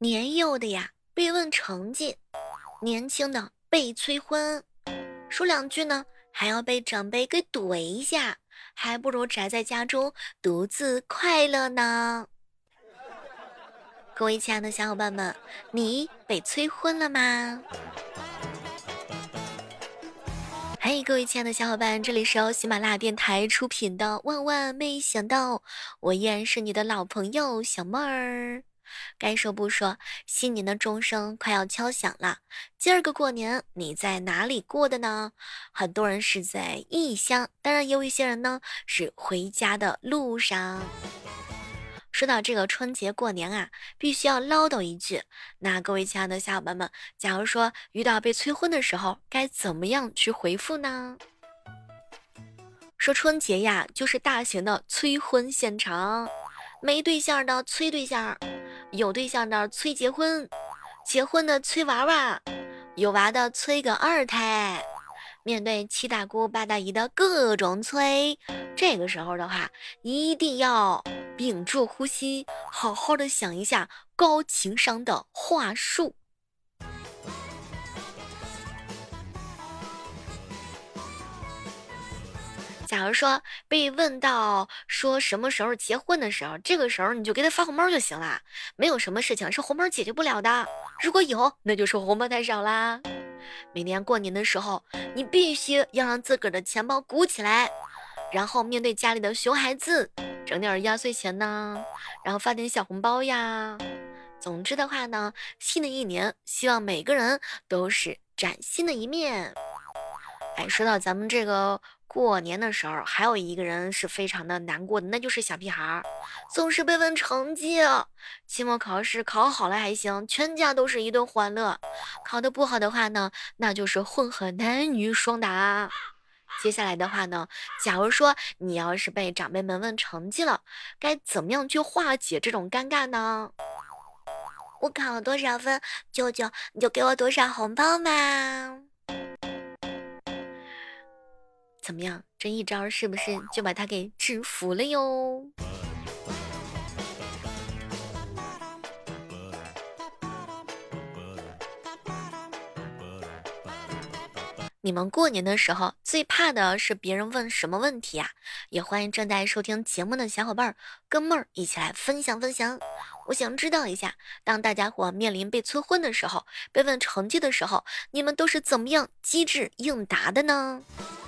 年幼的呀被问成绩，年轻的被催婚，说两句呢还要被长辈给怼一下，还不如宅在家中独自快乐呢。各位亲爱的小伙伴们，你被催婚了吗？嘿，各位亲爱的小伙伴，这里是由喜马拉雅电台出品的《万万没想到》，我依然是你的老朋友小妹儿。该说不说，新年的钟声快要敲响了。今儿个过年你在哪里过的呢？很多人是在异乡，当然也有一些人呢是回家的路上。说到这个春节过年啊，必须要唠叨一句。那各位亲爱的小伙伴们，假如说遇到被催婚的时候，该怎么样去回复呢？说春节呀，就是大型的催婚现场，没对象的催对象，有对象的催结婚，结婚的催娃娃，有娃的催个二胎。面对七大姑八大姨的各种催，这个时候的话，一定要屏住呼吸，好好的想一下高情商的话术。假如说被问到说什么时候结婚的时候，这个时候你就给他发红包就行了，没有什么事情是红包解决不了的，如果有，那就是红包太少啦。每年过年的时候，你必须要让自个儿的钱包鼓起来，然后面对家里的熊孩子，整点压岁钱呢，然后发点小红包呀。总之的话呢，新的一年，希望每个人都是崭新的一面。哎，说到咱们这个过年的时候，还有一个人是非常的难过的，那就是小屁孩儿，总是被问成绩。期末考试考好了还行，全家都是一顿欢乐；考得不好的话呢，那就是混合男女双打。接下来的话呢，假如说你要是被长辈们问成绩了，该怎么样去化解这种尴尬呢？我考了多少分，舅舅你就给我多少红包嘛。怎么样？这一招是不是就把他给制服了哟？你们过年的时候最怕的是别人问什么问题啊？也欢迎正在收听节目的小伙伴儿跟妹儿一起来分享分享。我想知道一下，当大家伙面临被催婚的时候，被问成绩的时候，你们都是怎么样机智应答的呢？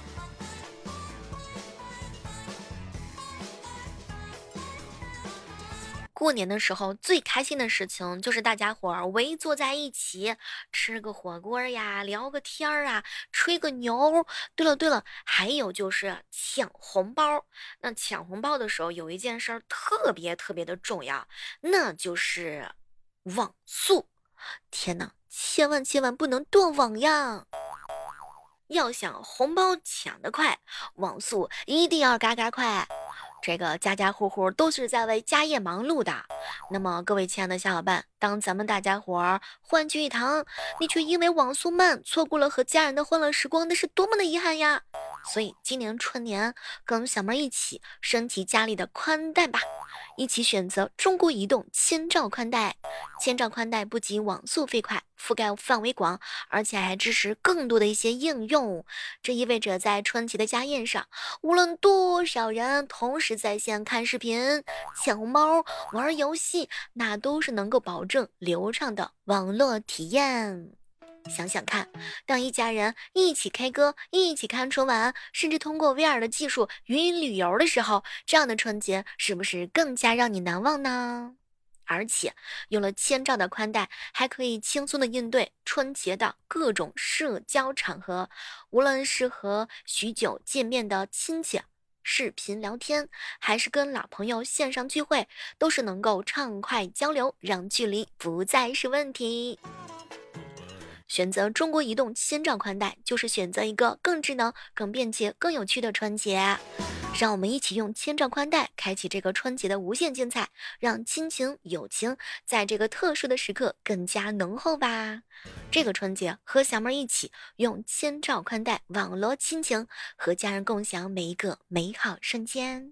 过年的时候最开心的事情就是大家伙儿围坐在一起，吃个火锅呀，聊个天儿啊，吹个牛。对了对了，还有就是抢红包。那抢红包的时候有一件事儿特别特别的重要，那就是网速。天呐，千万千万不能断网呀！要想红包抢得快，网速一定要嘎嘎快。这个家家户户都是在为家业忙碌的。那么各位亲爱的小伙伴，当咱们大家伙儿欢聚一堂，你却因为网速慢错过了和家人的欢乐时光，那是多么的遗憾呀！所以今年春年跟小妹一起升级家里的宽带吧，一起选择中国移动千兆宽带。千兆宽带不仅网速飞快，覆盖范围广，而且还支持更多的一些应用。这意味着在春节的家宴上，无论多少人同时在线看视频、抢红包、玩游戏，那都是能够保证流畅的网络体验。想想看，当一家人一起 K 歌、一起看春晚，甚至通过 VR 的技术云旅游的时候，这样的春节是不是更加让你难忘呢？而且有了千兆的宽带，还可以轻松的应对春节的各种社交场合，无论是和许久见面的亲戚视频聊天，还是跟老朋友线上聚会，都是能够畅快交流，让距离不再是问题。选择中国移动千兆宽带，就是选择一个更智能、更便捷、更有趣的春节。让我们一起用千兆宽带开启这个春节的无限精彩，让亲情友情在这个特殊的时刻更加浓厚吧。这个春节和小妹一起用千兆宽带网络亲情，和家人共享每一个美好瞬间。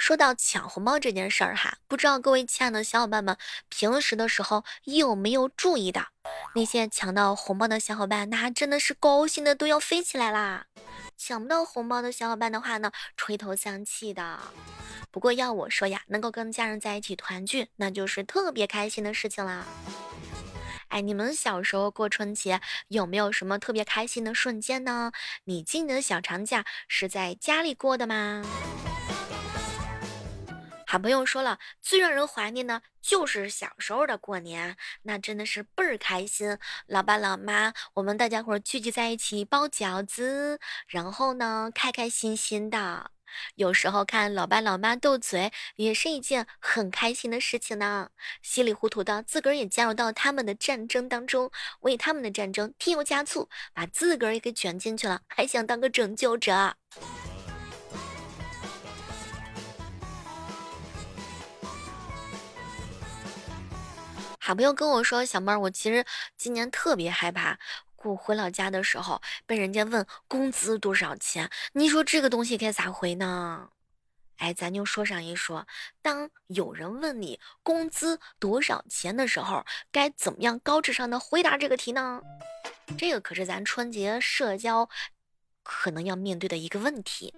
说到抢红包这件事儿哈，不知道各位亲爱的小伙伴们，平时的时候有没有注意到，那些抢到红包的小伙伴，那真的是高兴的都要飞起来啦。抢不到红包的小伙伴的话呢，垂头丧气的。不过要我说呀，能够跟家人在一起团聚，那就是特别开心的事情啦。哎，你们小时候过春节有没有什么特别开心的瞬间呢？你今年的小长假是在家里过的吗？好朋友说了，最让人怀念的就是小时候的过年，那真的是倍儿开心。老爸老妈，我们大家伙儿聚集在一起包饺子，然后呢，开开心心的。有时候看老爸老妈斗嘴，也是一件很开心的事情呢。稀里糊涂的，自个儿也加入到他们的战争当中，为他们的战争添油加醋，把自个儿也给卷进去了，还想当个拯救者。好朋友跟我说，小妹儿，我其实今年特别害怕，我回老家的时候被人家问工资多少钱，你说这个东西该咋回呢？哎，咱就说上一说，当有人问你工资多少钱的时候，该怎么样高智商的回答这个题呢？这个可是咱春节社交可能要面对的一个问题。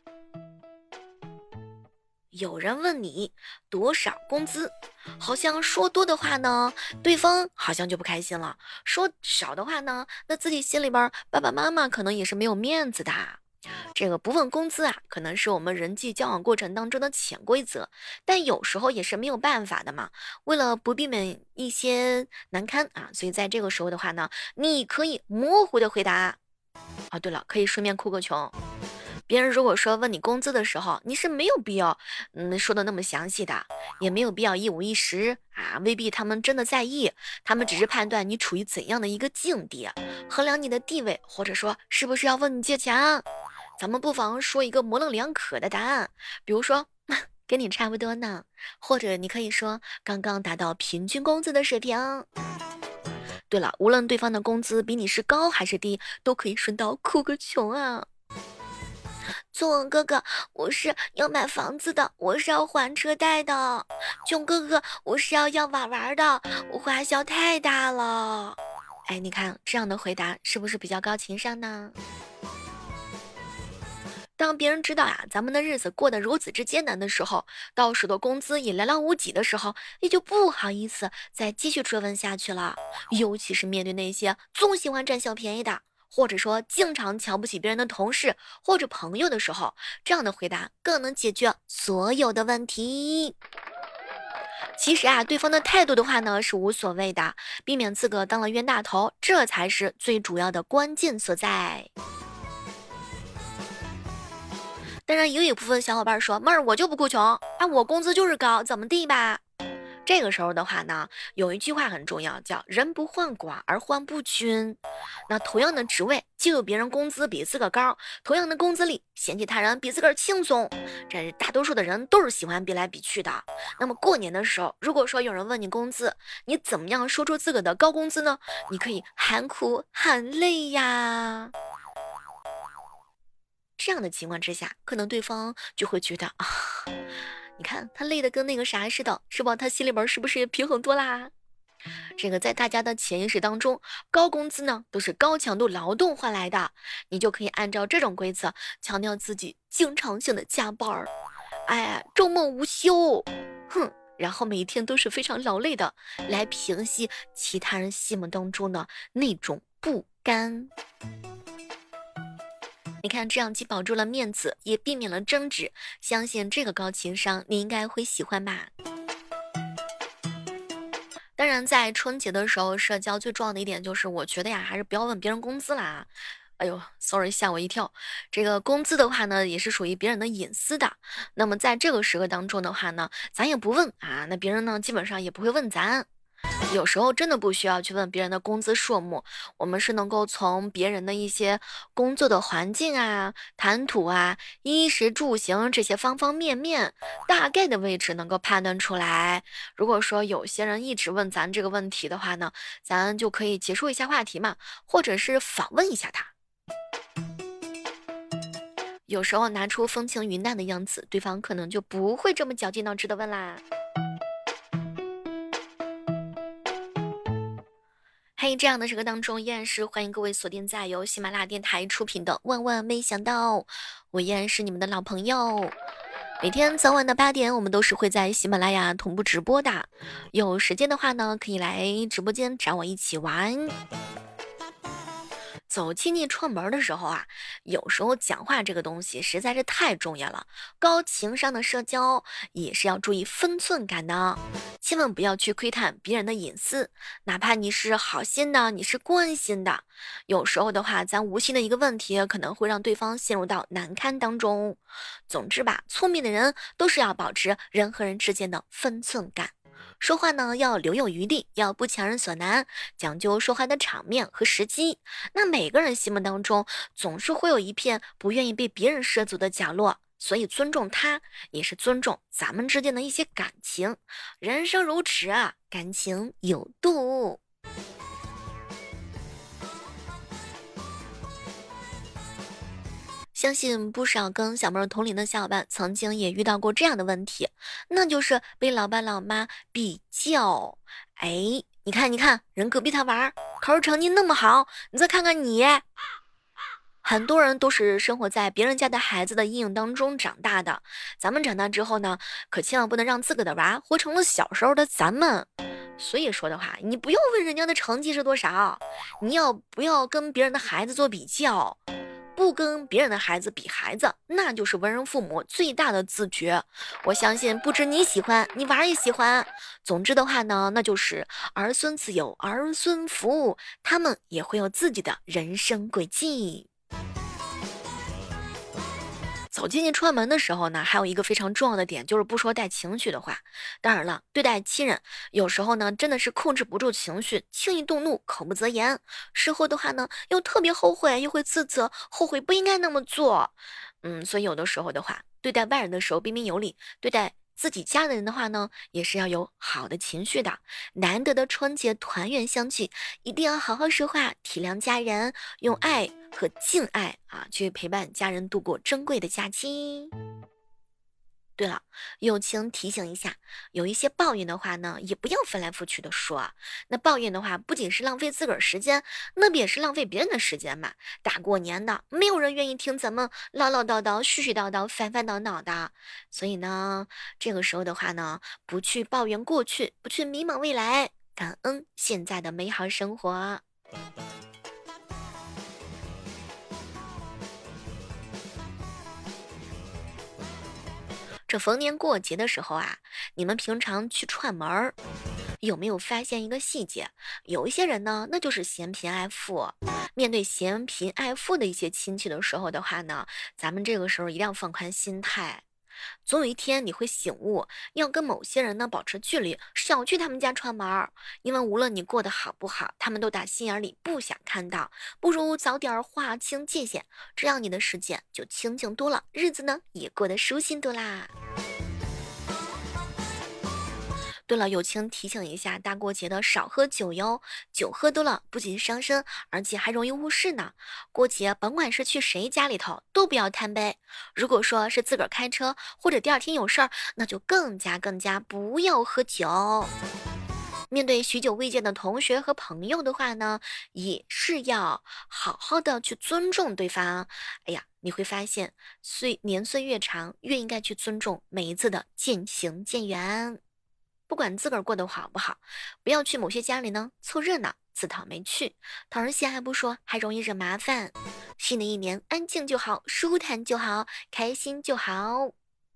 有人问你多少工资，好像说多的话呢，对方好像就不开心了；说少的话呢，那自己心里边爸爸妈妈可能也是没有面子的。这个不问工资啊，可能是我们人际交往过程当中的潜规则，但有时候也是没有办法的嘛。为了不避免一些难堪啊，所以在这个时候的话呢，你可以模糊的回答。哦，对了，可以顺便哭个穷。别人如果说问你工资的时候，你是没有必要说的那么详细的，也没有必要一五一十啊，未必他们真的在意，他们只是判断你处于怎样的一个境地，衡量你的地位，或者说是不是要问你借钱。咱们不妨说一个模棱两可的答案，比如说跟你差不多呢，或者你可以说刚刚达到平均工资的水平。对了，无论对方的工资比你是高还是低，都可以顺道哭个穷啊。作文哥哥，我是要买房子的，我是要还车贷的。穷哥哥，我是要玩玩的，我花销太大了。哎，你看这样的回答是不是比较高情商呢？当别人知道呀，咱们的日子过得如此之艰难的时候，到手的工资也寥寥无几的时候，也就不好意思再继续追问下去了。尤其是面对那些总喜欢占小便宜的，或者说经常瞧不起别人的同事或者朋友的时候，这样的回答更能解决所有的问题。其实啊，对方的态度的话呢是无所谓的，避免自个当了冤大头，这才是最主要的关键所在。当然，也有一部分小伙伴说，妹儿我就不哭穷啊，我工资就是高，怎么地吧？这个时候的话呢，有一句话很重要，叫人不患寡而患不均。那同样的职位，就有别人工资比自个高，同样的工资里，嫌弃他人比自个儿轻松。这大多数的人都是喜欢比来比去的。那么过年的时候，如果说有人问你工资，你怎么样说出自个的高工资呢？你可以含苦含泪呀。这样的情况之下，可能对方就会觉得啊，你看他累得跟那个啥似的，是吧？他心里边是不是也平衡多啦？这个在大家的潜意识当中，高工资呢都是高强度劳动换来的，你就可以按照这种规则强调自己经常性的加班儿，哎，周末无休，哼，然后每一天都是非常劳累的，来平息其他人心目当中的那种不甘。你看，这样既保住了面子，也避免了争执，相信这个高情商你应该会喜欢吧。当然，在春节的时候，社交最重要的一点就是，我觉得呀，还是不要问别人工资啦。哎呦，sorry，吓我一跳。这个工资的话呢，也是属于别人的隐私的。那么在这个时刻当中的话呢，咱也不问啊，那别人呢，基本上也不会问咱。有时候真的不需要去问别人的工资数目，我们是能够从别人的一些工作的环境啊、谈吐啊、衣食住行这些方方面面，大概的位置能够判断出来。如果说有些人一直问咱这个问题的话呢，咱就可以结束一下话题嘛，或者是反问一下他。 有时候拿出风轻云淡的样子，对方可能就不会这么绞尽脑汁的问啦。嘿，这样的时刻当中，依然是欢迎各位锁定在由喜马拉雅电台出品的《万万没想到》，我依然是你们的老朋友。每天早晚的8点，我们都是会在喜马拉雅同步直播的。有时间的话呢，可以来直播间找我一起玩。走亲戚串门的时候啊，有时候讲话这个东西实在是太重要了。高情商的社交也是要注意分寸感的，千万不要去窥探别人的隐私，哪怕你是好心的，你是关心的，有时候的话，咱无心的一个问题，可能会让对方陷入到难堪当中。总之吧，聪明的人都是要保持人和人之间的分寸感。说话呢要留有余地，要不强人所难，讲究说话的场面和时机。那每个人心目当中总是会有一片不愿意被别人涉足的角落，所以尊重他也是尊重咱们之间的一些感情。人生如尺啊，感情有度。相信不少跟小妹儿同龄的小伙伴曾经也遇到过这样的问题，那就是被老爸老妈比较。哎，你看，人隔壁他娃儿考试成绩那么好，你再看看你。很多人都是生活在别人家的孩子的阴影当中长大的，咱们长大之后呢，可千万不能让自个的娃活成了小时候的咱们。所以说的话，你不要问人家的成绩是多少，你要不要跟别人的孩子做比较？不跟别人的孩子比孩子，那就是为人父母最大的自觉。我相信不止你喜欢，你娃也喜欢。总之的话呢，那就是儿孙自有儿孙福，他们也会有自己的人生轨迹。走进去串门的时候呢，还有一个非常重要的点，就是不说带情绪的话。当然了，对待亲人，有时候呢真的是控制不住情绪，轻易动怒，口不择言。事后的话呢，又特别后悔，又会自责，后悔不应该那么做。所以有的时候的话，对待外人的时候彬彬有礼，对待自己家人的话呢，也是要有好的情绪的。难得的春节团圆相聚，一定要好好说话，体谅家人，用爱和敬爱啊，去陪伴家人度过珍贵的假期。对了，友情提醒一下，有一些抱怨的话呢，也不要翻来覆去的说啊。那抱怨的话，不仅是浪费自个儿时间，那不也是浪费别人的时间嘛？大过年的，没有人愿意听咱们唠唠叨叨、絮絮叨叨、烦烦恼恼的。所以呢，这个时候的话呢，不去抱怨过去，不去迷茫未来，感恩现在的美好生活。这逢年过节的时候啊，你们平常去串门儿，有没有发现一个细节？有一些人呢，那就是嫌贫爱富。面对嫌贫爱富的一些亲戚的时候的话呢，咱们这个时候一定要放宽心态。总有一天你会醒悟，要跟某些人呢保持距离，少去他们家串门儿。因为无论你过得好不好，他们都打心眼里不想看到。不如早点划清界限，这样你的世界就清静多了，日子呢也过得舒心多啦。对了，友情提醒一下，大过节的少喝酒哟，酒喝多了不仅伤身，而且还容易误事呢。过节甭管是去谁家里头，都不要贪杯。如果说是自个儿开车，或者第二天有事儿，那就更加不要喝酒。面对许久未见的同学和朋友的话呢，也是要好好的去尊重对方。哎呀，你会发现，年岁越长，越应该去尊重每一次的渐行渐远。不管自个儿过得好不好，不要去某些家里呢凑热闹，自讨没趣，讨人嫌还不说，还容易惹麻烦。新的一年安静就好，舒坦就好，开心就好。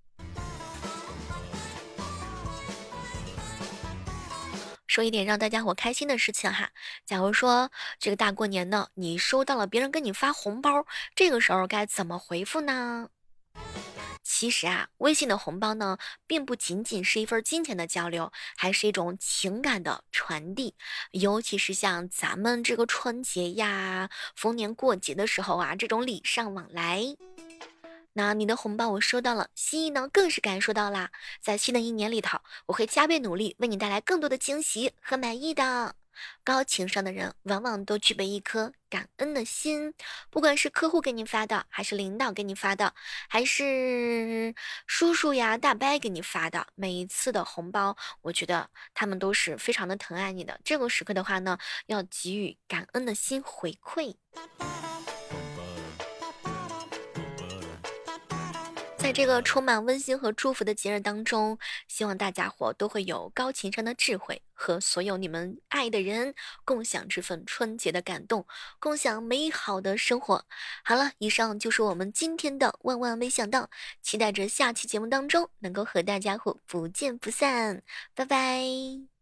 说一点让大家伙开心的事情哈，假如说这个大过年的，你收到了别人给你发红包，这个时候该怎么回复呢？其实啊，微信的红包呢，并不仅仅是一份金钱的交流，还是一种情感的传递。尤其是像咱们这个春节呀、逢年过节的时候啊，这种礼尚往来。那你的红包我收到了，心意呢更是感受到啦。在新的一年里头，我会加倍努力，为你带来更多的惊喜和满意的。 高情商的人往往都具备一颗感恩的心，不管是客户给你发的，还是领导给你发的，还是叔叔呀大伯给你发的，每一次的红包，我觉得他们都是非常的疼爱你的。这个时刻的话呢，要给予感恩的心回馈。在这个充满温馨和祝福的节日当中，希望大家伙都会有高情商的智慧，和所有你们爱的人共享这份春节的感动，共享美好的生活。好了，以上就是我们今天的万万没想到，期待着下期节目当中能够和大家伙不见不散，拜拜。